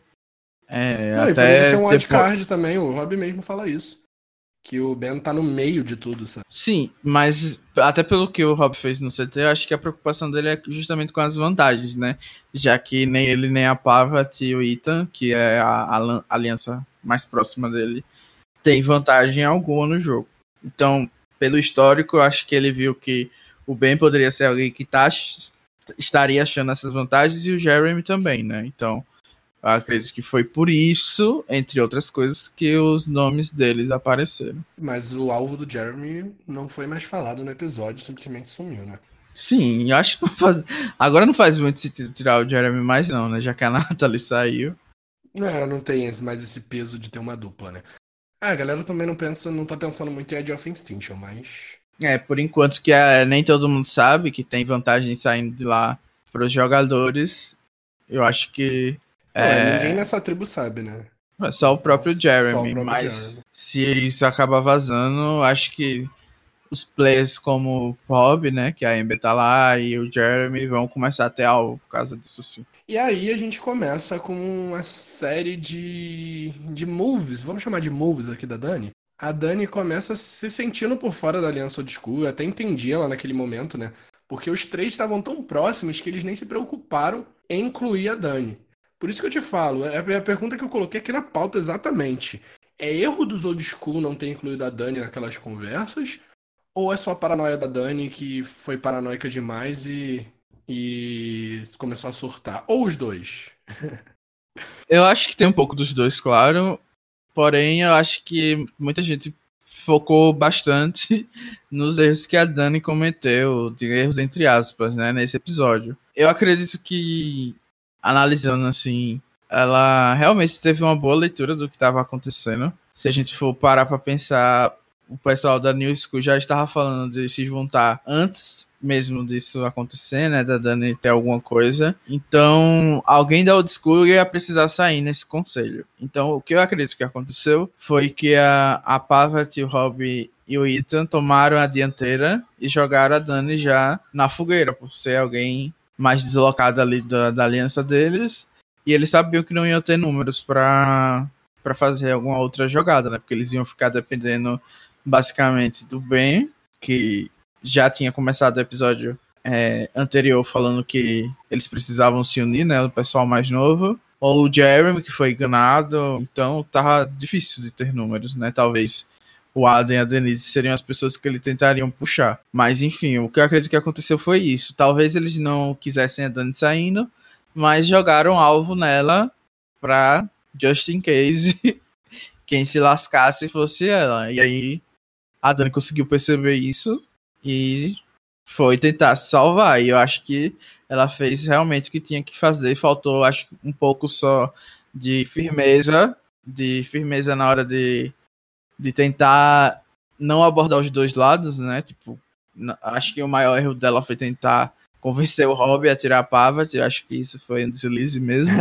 Não, e por ele ser Até um ter... wildcard também, o Rob mesmo fala isso. Que o Ben tá no meio de tudo, sabe? Sim, mas até pelo que o Rob fez no CT, eu acho que a preocupação dele é justamente com as vantagens, né? Já que nem ele, nem a Pavat e o Ethan, que é a aliança mais próxima dele, tem vantagem alguma no jogo. Então, pelo histórico, eu acho que ele viu que o Ben poderia ser alguém que estaria achando essas vantagens e o Jeremy também, né? Então, eu acredito que foi por isso, entre outras coisas, que os nomes deles apareceram. Mas o alvo do Jeremy não foi mais falado no episódio, simplesmente sumiu, né? Sim, eu acho que agora não faz muito sentido tirar o Jeremy mais não, né? Já que a Natalie saiu. Não tem mais esse peso de ter uma dupla, né? A galera também não tá pensando muito em Edge of Extinction, mas... Por enquanto que nem todo mundo sabe que tem vantagem saindo de lá para os jogadores, eu acho que ninguém nessa tribo sabe, né? é só o próprio Jeremy, Só o próprio mas Jeremy. se isso acabar vazando, acho que os players como o Rob, né, que a Ember tá lá, e o Jeremy vão começar a ter algo por causa disso sim. E aí a gente começa com uma série de moves, vamos chamar de moves aqui da Dani. A Dani começa se sentindo por fora da Aliança Old School, eu até entendi ela naquele momento, né? Porque os três estavam tão próximos que eles nem se preocuparam em incluir a Dani. Por isso que eu te falo, é a pergunta que eu coloquei aqui na pauta exatamente. É erro dos Old School não ter incluído a Dani naquelas conversas? Ou é só a paranoia da Dani que foi paranoica demais e começou a surtar? Ou os dois? Eu acho que tem um pouco dos dois, claro, porém eu acho que muita gente focou bastante nos erros que a Dani cometeu, de erros entre aspas, né, nesse episódio. Eu acredito que, analisando assim, ela realmente teve uma boa leitura do que estava acontecendo. Se a gente for parar para pensar, o pessoal da New School já estava falando de se juntar antes mesmo disso acontecer, né, da Dani ter alguma coisa. Então, alguém da Old School ia precisar sair nesse conselho. Então, o que eu acredito que aconteceu foi que a Pavat, o Rob e o Ethan tomaram a dianteira e jogaram a Dani já na fogueira, por ser alguém mais deslocado ali da aliança deles. E eles sabiam que não iam ter números para fazer alguma outra jogada, né? Porque eles iam ficar dependendo basicamente do Ben, que já tinha começado o episódio anterior falando que eles precisavam se unir, né? O pessoal mais novo. Ou o Jeremy, que foi enganado. Então tava difícil de ter números, né? Talvez o Adam e a Denise seriam as pessoas que eles tentariam puxar. Mas enfim, o que eu acredito que aconteceu foi isso. Talvez eles não quisessem a Dani saindo, mas jogaram alvo nela pra, just in case, quem se lascasse fosse ela. E aí a Dani conseguiu perceber isso e foi tentar se salvar. E eu acho que ela fez realmente o que tinha que fazer. Faltou, acho, um pouco só de firmeza na hora de tentar não abordar os dois lados, né? Tipo, acho que o maior erro dela foi tentar convencer o Rob a tirar a Parvati. Eu acho que isso foi um deslize mesmo.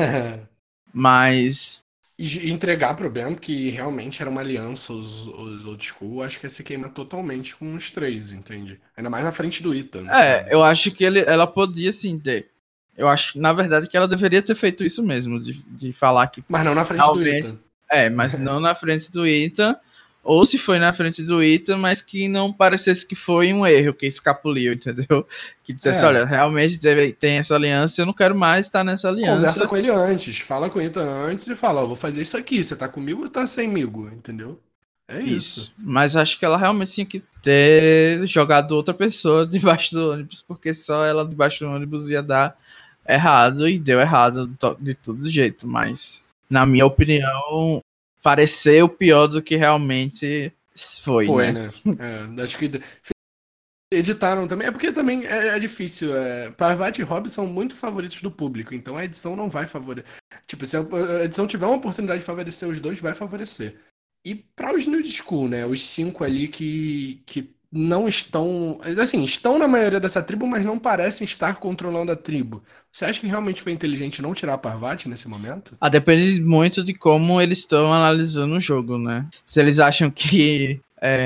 Mas E entregar pro Ben que realmente era uma aliança, os old school, acho que ia se queimar totalmente com os três, entende? Ainda mais na frente do Ethan, sabe? eu acho que ela podia sim ter. Eu acho, na verdade, que ela deveria ter feito isso mesmo, de falar que Mas não na frente do realmente. Ethan. Mas não na frente do Ethan. Ou se foi na frente do Ethan, mas que não parecesse que foi um erro, que escapuliu, entendeu? Que dissesse, olha, realmente tem essa aliança, eu não quero mais estar nessa aliança. Conversa com ele antes, fala com o Ethan antes e fala, ó, vou fazer isso aqui, você tá comigo ou tá semigo, entendeu? É isso. Mas acho que ela realmente tinha que ter jogado outra pessoa debaixo do ônibus, porque só ela debaixo do ônibus ia dar errado, e deu errado de todo jeito, mas na minha opinião pareceu pior do que realmente foi, né? Acho que editaram também. É porque também é difícil. Parvati e Hobbs são muito favoritos do público, então a edição não vai favorecer. Tipo, se a edição tiver uma oportunidade de favorecer os dois, vai favorecer. E para os New School, né? Os cinco ali que não estão. Assim, estão na maioria dessa tribo, mas não parecem estar controlando a tribo. Você acha que realmente foi inteligente não tirar a Parvati nesse momento? Depende muito de como eles estão analisando o jogo, né? Se eles acham que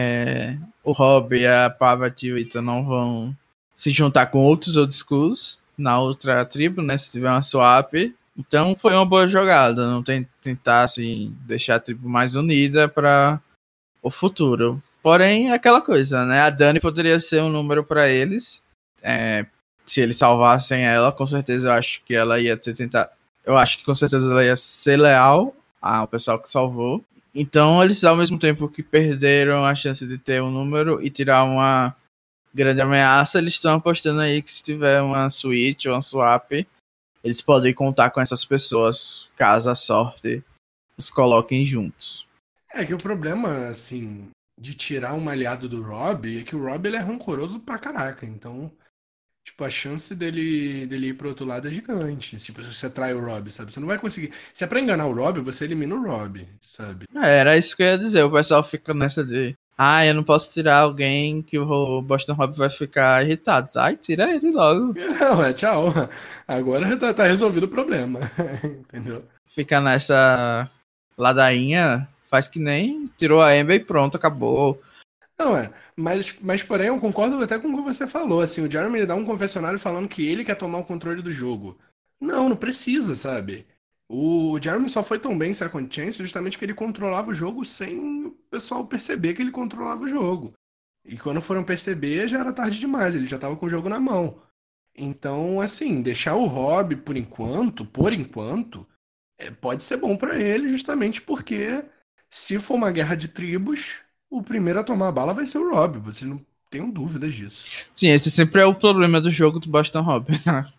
o Rob, a Parvati e o Ethan não vão se juntar com outros old schools na outra tribo, né? Se tiver uma swap. Então foi uma boa jogada. Não tentar assim, deixar a tribo mais unida para o futuro. Porém, é aquela coisa, né? A Dani poderia ser um número para eles. Se eles salvassem ela, com certeza eu acho que ela ia ter tentado. Eu acho que com certeza ela ia ser leal ao pessoal que salvou. Então, eles, ao mesmo tempo que perderam a chance de ter um número e tirar uma grande ameaça, eles estão apostando aí que se tiver uma switch ou uma swap, eles podem contar com essas pessoas, caso a sorte os coloquem juntos. É que o problema, assim, de tirar um aliado do Rob é que o Rob ele é rancoroso pra caraca. Então, tipo, a chance dele ir pro outro lado é gigante. Tipo, se você trai o Rob, sabe? Você não vai conseguir. Se é pra enganar o Rob, você elimina o Rob, sabe? Era isso que eu ia dizer. O pessoal fica nessa de eu não posso tirar alguém que o Boston Rob vai ficar irritado. Tira ele logo. Não, tchau. Agora tá resolvido o problema. Entendeu? Fica nessa ladainha, faz que nem tirou a Amber e pronto, acabou. Não, mas porém eu concordo até com o que você falou, assim, o Jeremy ele dá um confessionário falando que ele quer tomar o controle do jogo. Não precisa, sabe? O Jeremy só foi tão bem em Second Chance justamente porque ele controlava o jogo sem o pessoal perceber que ele controlava o jogo. E quando foram perceber, já era tarde demais, ele já tava com o jogo na mão. Então, assim, deixar o Rob por enquanto, pode ser bom pra ele, justamente porque se for uma guerra de tribos, o primeiro a tomar a bala vai ser o Rob. Vocês não tenham dúvidas disso. Sim, esse sempre é o problema do jogo do Boston Rob.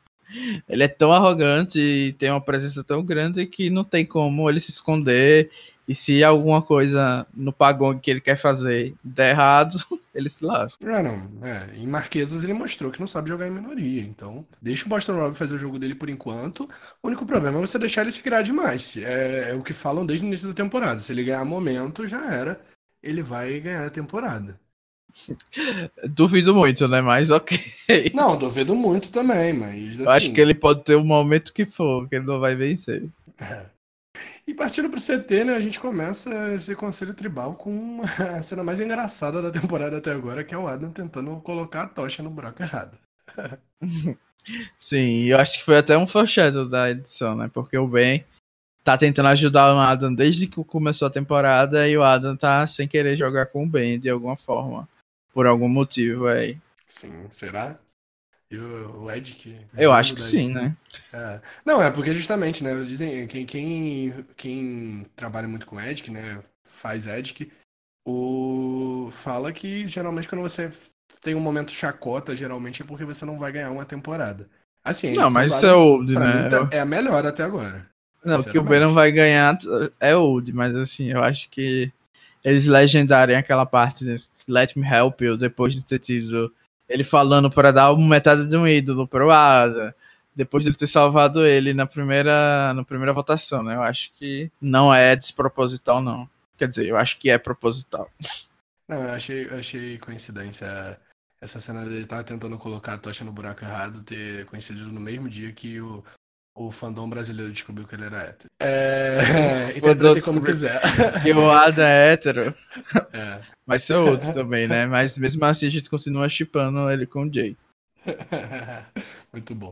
Ele é tão arrogante e tem uma presença tão grande que não tem como ele se esconder. E se alguma coisa no pagong que ele quer fazer der errado, ele se lasca. Não. Em Marquesas ele mostrou que não sabe jogar em minoria. Então, deixa o Boston Rob fazer o jogo dele por enquanto. O único problema é você deixar ele se criar demais. É o que falam desde o início da temporada. Se ele ganhar momento, já era. Ele vai ganhar a temporada. Duvido muito, né? Mas ok. Não, duvido muito também, mas assim... Eu acho que ele pode ter o momento que for, que ele não vai vencer. E partindo pro CT, né, a gente começa esse conselho tribal com a cena mais engraçada da temporada até agora, que é o Adam tentando colocar a tocha no buraco errado. Sim, eu acho que foi até um foreshadow da edição, né? Porque o Ben tá tentando ajudar o Adam desde que começou a temporada e o Adam tá sem querer jogar com o Ben de alguma forma. Por algum motivo aí. Sim, será? E o Ed que... Eu acho que sim, né? Não, é porque justamente, né? Dizem, quem trabalha muito com Edic, né? Faz Edic, fala que geralmente quando você tem um momento chacota, geralmente é porque você não vai ganhar uma temporada. Assim, a Não, edição mas do isso é Adam, old, pra né? mim, é a melhor até agora. Não, que o Ben não vai ganhar é old, mas assim, eu acho que eles legendarem aquela parte de Let Me Help You depois de ter tido Ele falando para dar metade de um ídolo pro Ada, depois de ele ter salvado ele na primeira votação, né? Eu acho que não é desproposital, não. Quer dizer, eu acho que é proposital. Não, eu achei coincidência essa cena dele estar tentando colocar a tocha no buraco errado ter coincidido no mesmo dia que o fandom brasileiro descobriu que ele era hétero. Interpretem como quiser. Que o Ada é hétero. É. Vai ser outro também, né? Mas mesmo assim a gente continua shippando ele com o Jay. Muito bom.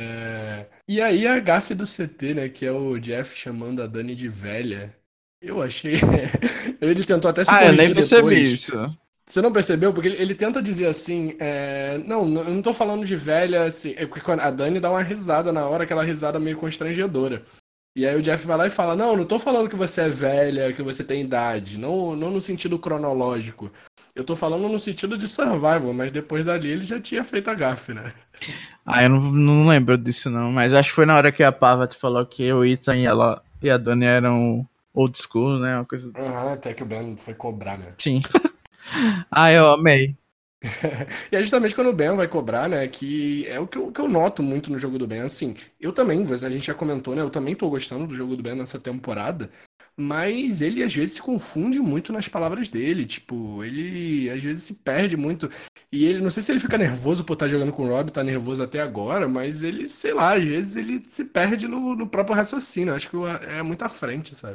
E aí a gafe do CT, né? Que é o Jeff chamando a Dani de velha. Eu achei. Ele tentou até se Eu nem corrigir percebi depois. isso. Você não percebeu? Porque ele tenta dizer assim, não, eu não tô falando de velha, assim, porque quando a Dani dá uma risada na hora, aquela risada meio constrangedora. E aí o Jeff vai lá e fala, não tô falando que você é velha, que você tem idade, não no sentido cronológico. Eu tô falando no sentido de survival, mas depois dali ele já tinha feito a gafe, né? Eu não lembro disso não, mas acho que foi na hora que a Parvati falou que o Ethan e a Dani eram old school, né? Uma coisa assim. Até que o Ben foi cobrar, né? Sim. Eu amei. E é justamente quando o Ben vai cobrar, né? Que é o que eu noto muito no jogo do Ben. Assim, eu também, a gente já comentou, né? Eu também tô gostando do jogo do Ben nessa temporada. Mas ele às vezes se confunde muito nas palavras dele. Tipo, ele às vezes se perde muito. E ele, não sei se ele fica nervoso por estar jogando com o Rob, tá nervoso até agora, mas ele, sei lá, às vezes ele se perde no próprio raciocínio. Acho que é muito à frente, sabe?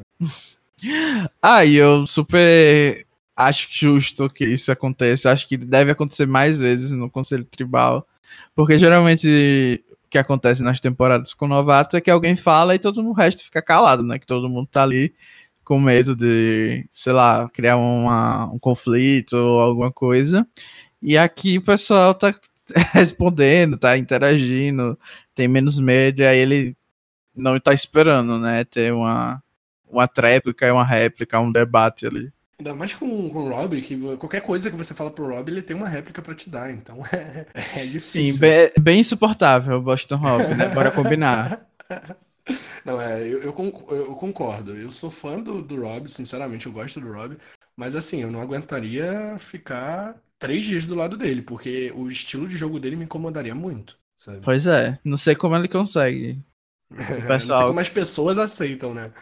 E eu super acho justo que isso aconteça. Acho que deve acontecer mais vezes no Conselho Tribal. Porque geralmente o que acontece nas temporadas com o novato é que alguém fala e todo o resto fica calado, né? Que todo mundo tá ali com medo de, sei lá, criar um conflito ou alguma coisa. E aqui o pessoal tá respondendo, tá interagindo, tem menos medo, e aí ele não tá esperando, né? Ter uma tréplica e uma réplica, um debate ali. Ainda mais com o Rob, que qualquer coisa que você fala pro Rob, ele tem uma réplica pra te dar, então é difícil. Sim, bem insuportável o Boston Rob, né? Bora combinar. Não, eu concordo. Eu sou fã do Rob, sinceramente, eu gosto do Rob. Mas assim, eu não aguentaria ficar 3 dias do lado dele, porque o estilo de jogo dele me incomodaria muito, sabe? Pois é, não sei como ele consegue. O Não sei pessoal. como as pessoas aceitam, né?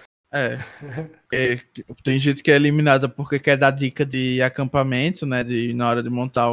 Tem gente que é eliminada porque quer dar dica de acampamento, né? Na hora de montar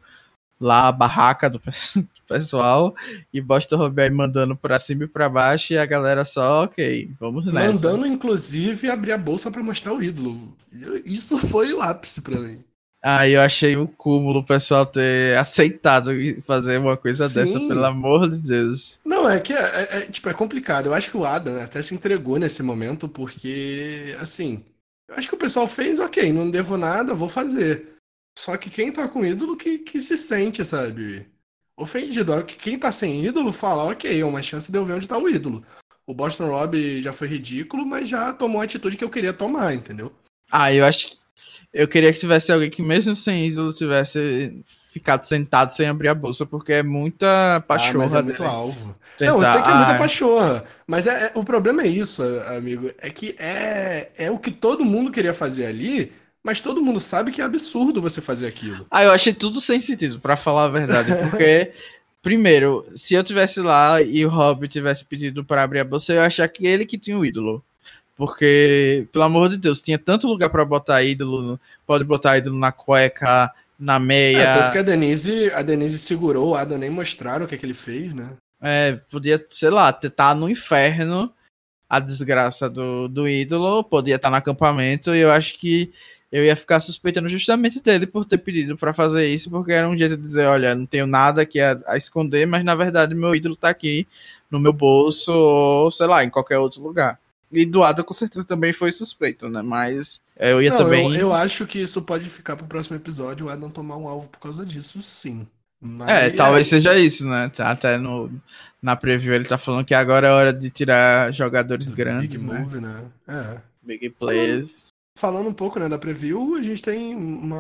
lá a barraca do pessoal, e Boston Rob mandando pra cima e pra baixo, e a galera só, ok, vamos nessa. Mandando, inclusive, abrir a bolsa pra mostrar o ídolo. Isso foi o ápice pra mim. Eu achei um cúmulo o pessoal ter aceitado fazer uma coisa dessa, pelo amor de Deus. Não, tipo, é complicado. Eu acho que o Adam até se entregou nesse momento, porque, assim, eu acho que o pessoal fez, ok, não devo nada, vou fazer. Só que quem tá com ídolo que se sente, sabe? Ofendido. Quem tá sem ídolo fala, ok, é uma chance de eu ver onde tá o ídolo. O Boston Rob já foi ridículo, mas já tomou a atitude que eu queria tomar, entendeu? Eu acho que eu queria que tivesse alguém que mesmo sem ídolo tivesse ficado sentado sem abrir a bolsa, porque é muita pachorra. Mas é muito alvo. Tentar... Não, eu sei que é muita pachorra, mas o problema é isso, amigo, é que é o que todo mundo queria fazer ali, mas todo mundo sabe que é absurdo você fazer aquilo. Eu achei tudo sem sentido, pra falar a verdade, porque primeiro, se eu tivesse lá e o Rob tivesse pedido pra abrir a bolsa, eu ia achar que ele que tinha o ídolo. Porque, pelo amor de Deus, tinha tanto lugar pra botar ídolo. Pode botar ídolo na cueca, na meia. Tanto que a Denise segurou o Adam, nem mostraram o que ele fez, né? Podia, sei lá, estar no inferno a desgraça do ídolo, podia estar no acampamento, e eu acho que eu ia ficar suspeitando justamente dele por ter pedido pra fazer isso, porque era um jeito de dizer, olha, não tenho nada aqui a esconder, mas na verdade meu ídolo tá aqui no meu bolso, ou sei lá, em qualquer outro lugar. E do Adam com certeza também foi suspeito, né? Mas eu ia também... Eu acho que isso pode ficar pro próximo episódio, o Adam tomar um alvo por causa disso, sim. Mas, talvez seja isso, né? Até na preview ele tá falando que agora é hora de tirar jogadores grandes, Big Move, né? Big Players. Falando um pouco, né, da preview, a gente tem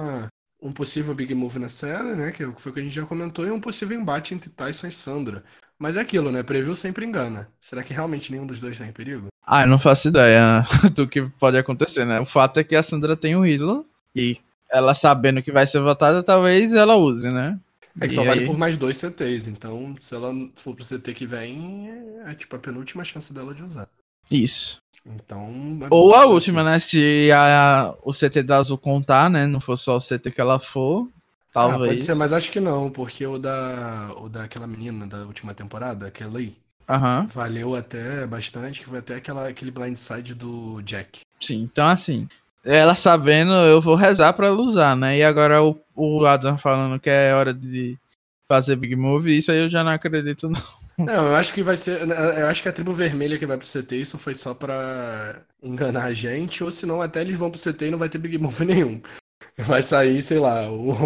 um possível Big Move na série, né? Que foi o que a gente já comentou, e um possível embate entre Tyson e Sandra. Mas é aquilo, né? Preview sempre engana. Será que realmente nenhum dos dois tá em perigo? Eu não faço ideia do que pode acontecer, né? O fato é que a Sandra tem um ídolo e ela sabendo que vai ser votada, talvez ela use, né? É que E só vale aí... por mais 2 CTs, então se ela for pro CT que vem, é tipo a penúltima chance dela de usar. Isso. Então, Ou a última, assim. né? Se o CT da Azul contar, né? Não for só o CT que ela for, Ah, pode ser, mas talvez. acho que não, porque o daquela menina da última temporada, aquela aí, Aham. valeu até bastante, que foi até aquele blindside do Jack. Sim, então assim, ela sabendo, eu vou rezar pra ela usar, né? E agora o Adam falando que é hora de fazer Big Move, isso aí eu já não acredito, não. Não, eu acho que vai ser. Eu acho que a tribo vermelha que vai pro CT, isso foi só pra enganar a gente, ou senão até eles vão pro CT e não vai ter Big Move nenhum. Vai sair, sei lá,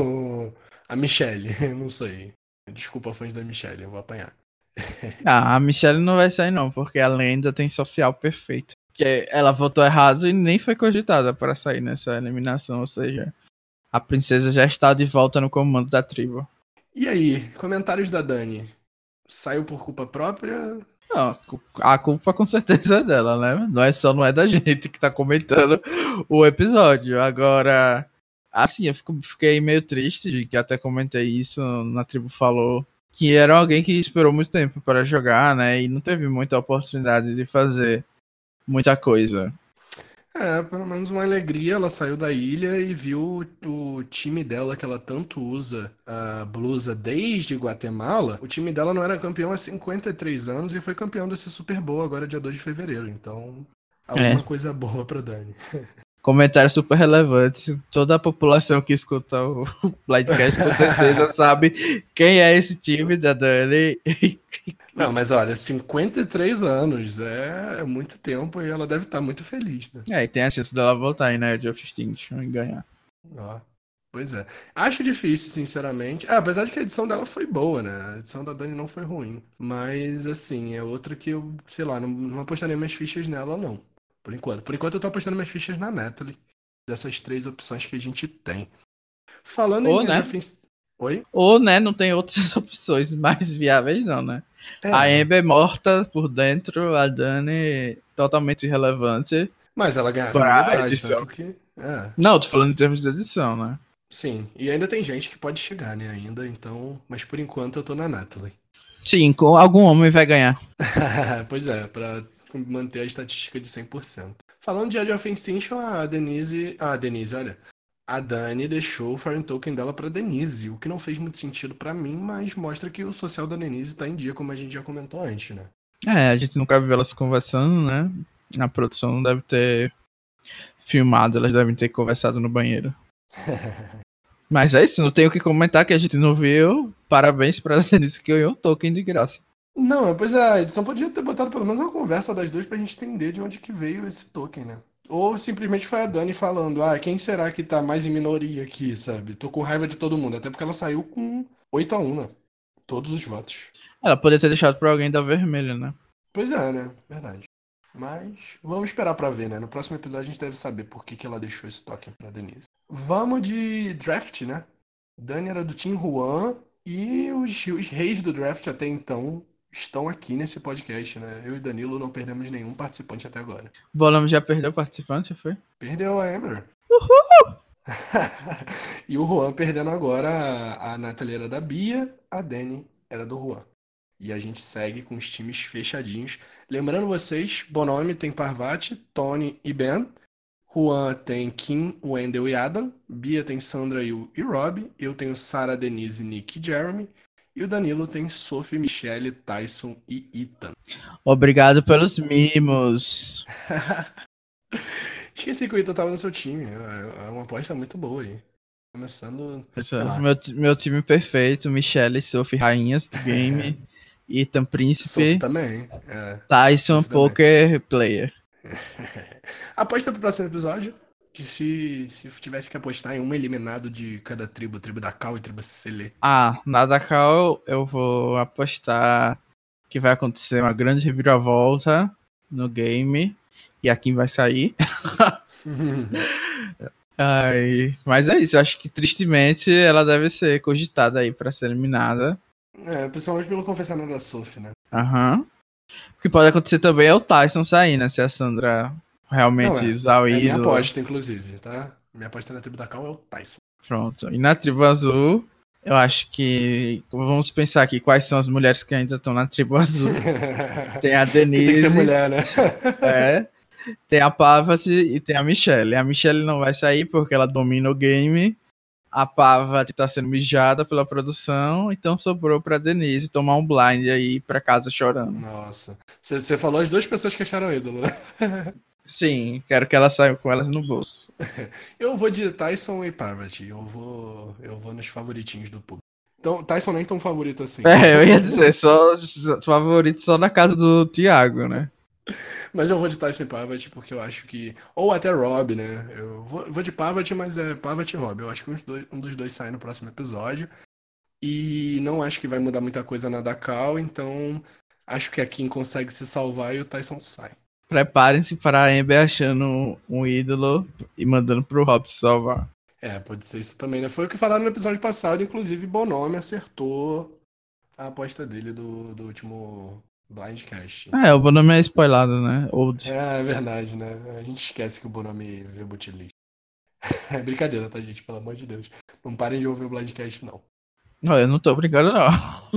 a Michelle, não sei. Desculpa, fãs da Michelle, eu vou apanhar. Ah, a Michelle não vai sair, não, porque a lenda tem social perfeito. Que ela votou errado e nem foi cogitada para sair nessa eliminação, ou seja, a princesa já está de volta no comando da tribo. E aí, comentários da Dani? Saiu por culpa própria? Não, a culpa com certeza é dela, né? Não é da gente que tá comentando o episódio. Agora, assim, fiquei meio triste, de que até comentei isso na tribo falou, que era alguém que esperou muito tempo para jogar, né? E não teve muita oportunidade de fazer muita coisa. É, pelo menos uma alegria. Ela saiu da ilha e viu o time dela, que ela tanto usa a blusa desde Guatemala. O time dela não era campeão há 53 anos e foi campeão desse Super Bowl agora, dia 2 de fevereiro. Então, É, alguma coisa boa pra Dani. comentários super relevantes. Toda a população que escuta o Blindcast com certeza sabe quem é esse time da Dani. Não, mas olha, 53 anos é muito tempo e ela deve estar muito feliz, né? É, e tem a chance dela voltar aí na Edge of Extinction e ganhar. Ó, pois é. Acho difícil, sinceramente. Apesar de que a edição dela foi boa, né? A edição da Dani não foi ruim. Mas, assim, é outra que eu, sei lá, não apostaria minhas fichas nela, não. Por enquanto. Por enquanto eu tô apostando minhas fichas na Natalie. Dessas três opções que a gente tem. Falando em Ou, Edge né? of Oi? Ou, né, não tem outras opções mais viáveis, não, né? A É. Amber morta por dentro, a Dani totalmente irrelevante Mas ela ganhava pra imunidade, edição. tanto que. É. Não, tô falando em termos de edição, né? Sim. E ainda tem gente que pode chegar, né? Ainda, então. Mas por enquanto eu tô na Natalie. Sim, com algum homem vai ganhar. Pois é, pra manter a estatística de 100%. Falando de Age of Extinction, a Denise. Ah, a Denise, olha. A Dani deixou o Foreign Token dela pra Denise, o que não fez muito sentido pra mim, mas mostra que o social da Denise tá em dia, como a gente já comentou antes, né? É, a gente nunca viu elas conversando, né? A produção não deve ter filmado, elas devem ter conversado no banheiro. Mas é isso, não tenho o que comentar que a gente não viu. Parabéns pra Denise que ganhou um token de graça. Não, pois é, a edição podia ter botado pelo menos uma conversa das duas pra gente entender de onde que veio esse token, né? Ou simplesmente foi a Dani falando, ah, quem será que tá mais em minoria aqui, sabe? Tô com raiva de todo mundo, até porque ela saiu com 8-1, né? Todos os votos. Ela poderia ter deixado pra alguém da vermelha, né? Pois é, né? Verdade. Mas vamos esperar pra ver, né? No próximo episódio a gente deve saber por que que ela deixou esse token pra Denise. Vamos de draft, né? Dani era do Team Juan e os reis do draft até então estão aqui nesse podcast, né? Eu e Danilo não perdemos nenhum participante até agora. O Bolão já perdeu participante, foi? Perdeu a Emer. E o Juan perdendo agora a Nathalie era da Bia, a Dani era do Juan. E a gente segue com os times fechadinhos. Lembrando vocês, Bonomi tem Parvati, Tony e Ben. Juan tem Kim, Wendell e Adam. Bia tem Sandra e Rob. Eu tenho Sarah, Denise, Nick e Jeremy. E o Danilo tem Sophie, Michelle, Tyson e Ethan. Obrigado pelos mimos. Esqueci que o Ethan tava no seu time. É uma aposta muito boa aí. Começando, sei lá. Meu time perfeito, Michelle, Sophie, rainhas do game, Ethan, Sophie príncipe, também. É, Tyson, Sophie também. poker player. Aposta pro próximo episódio. Que se tivesse que apostar em um eliminado de cada tribo, tribo da Cal e tribo Sele. Ah, na Dakar eu vou apostar que vai acontecer uma grande reviravolta no game e a Kim vai sair. Ai, mas é isso, eu acho que tristemente ela deve ser cogitada aí pra ser eliminada. É, principalmente pelo confessionário da Sophie, né? Aham. O que pode acontecer também é o Tyson sair, né? Se a Sandra Não, realmente usar o é minha ídolo. aposta, inclusive, tá? Minha aposta na tribo da Cal é o Tyson. Pronto. E na tribo azul, Eu acho que. Vamos pensar aqui quais são as mulheres que ainda estão na tribo azul. Tem a Que tem que ser Denise, mulher, né? tem a Parvati e tem a Michelle. A Michelle não vai sair porque ela domina o game. A Parvati tá sendo mijada pela produção, então sobrou pra Denise tomar um blind aí pra casa chorando. Nossa. Você falou as duas pessoas que acharam ídolo, né? Sim, quero que ela saia com elas no bolso. Eu vou de Tyson e Parvati. Eu vou nos favoritinhos do público. Então, Tyson nem tão favorito assim. Eu ia dizer, só favorito só na casa do Thiago, né? Mas eu vou de Tyson e Parvati porque eu acho que. Ou até Rob, né? Vou de Parvati, mas é Parvati e Rob. Eu acho que um dos dois sai no próximo episódio. E não acho que vai mudar muita coisa na Dakal, então acho que a Kim consegue se salvar e o Tyson sai. Preparem-se para a Amber achando um ídolo e mandando pro Rob se salvar. É, pode ser isso também, né? Foi o que falaram no episódio passado, inclusive Bonomi acertou a aposta dele do último Blindcast. O Bonome é spoilado, né? Old. É verdade, né? A gente esquece que o Bonomi vê bootleg. É brincadeira, tá, gente? Pelo amor de Deus. Não parem de ouvir o Blindcast, não. Não, eu não tô brincando, não.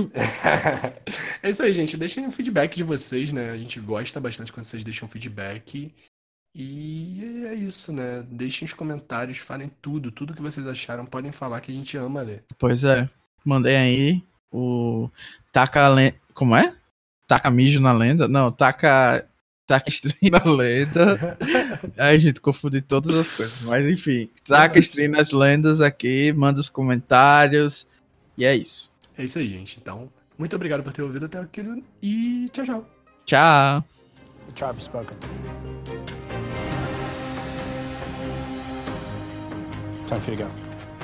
É isso aí, gente. Deixem o feedback de vocês, né? A gente gosta bastante quando vocês deixam feedback. E é isso, né? Deixem os comentários, falem tudo que vocês acharam. Podem falar que a gente ama ler. Pois é. Mandei aí o. Como é? Taca mijo na lenda? Não, taca stream na lenda. Aí a gente confunde todas as coisas. Mas enfim, taca stream nas lendas aqui, manda os comentários. E é isso. É isso aí, gente. Então, muito obrigado por ter ouvido até aqui e tchau, tchau. Tchau. The tribe has spoken. Time for you to go.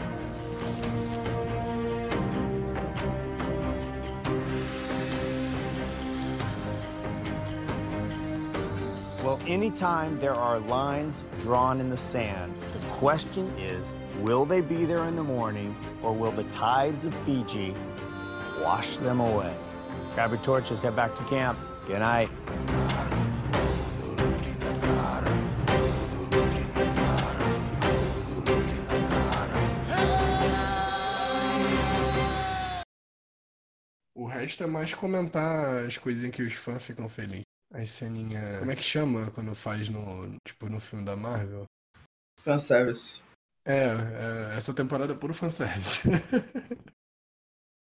Well, anytime there are lines drawn in the sand, the question is, will they be there in the morning, or will the tides of Fiji wash them away? Grab your torches, head back to camp. Good night. O resto é mais comentar as coisinhas que os fãs ficam felizes. As ceninhas. Como é que chama quando faz no filme da Marvel? Fanservice. Essa temporada é puro fanservice.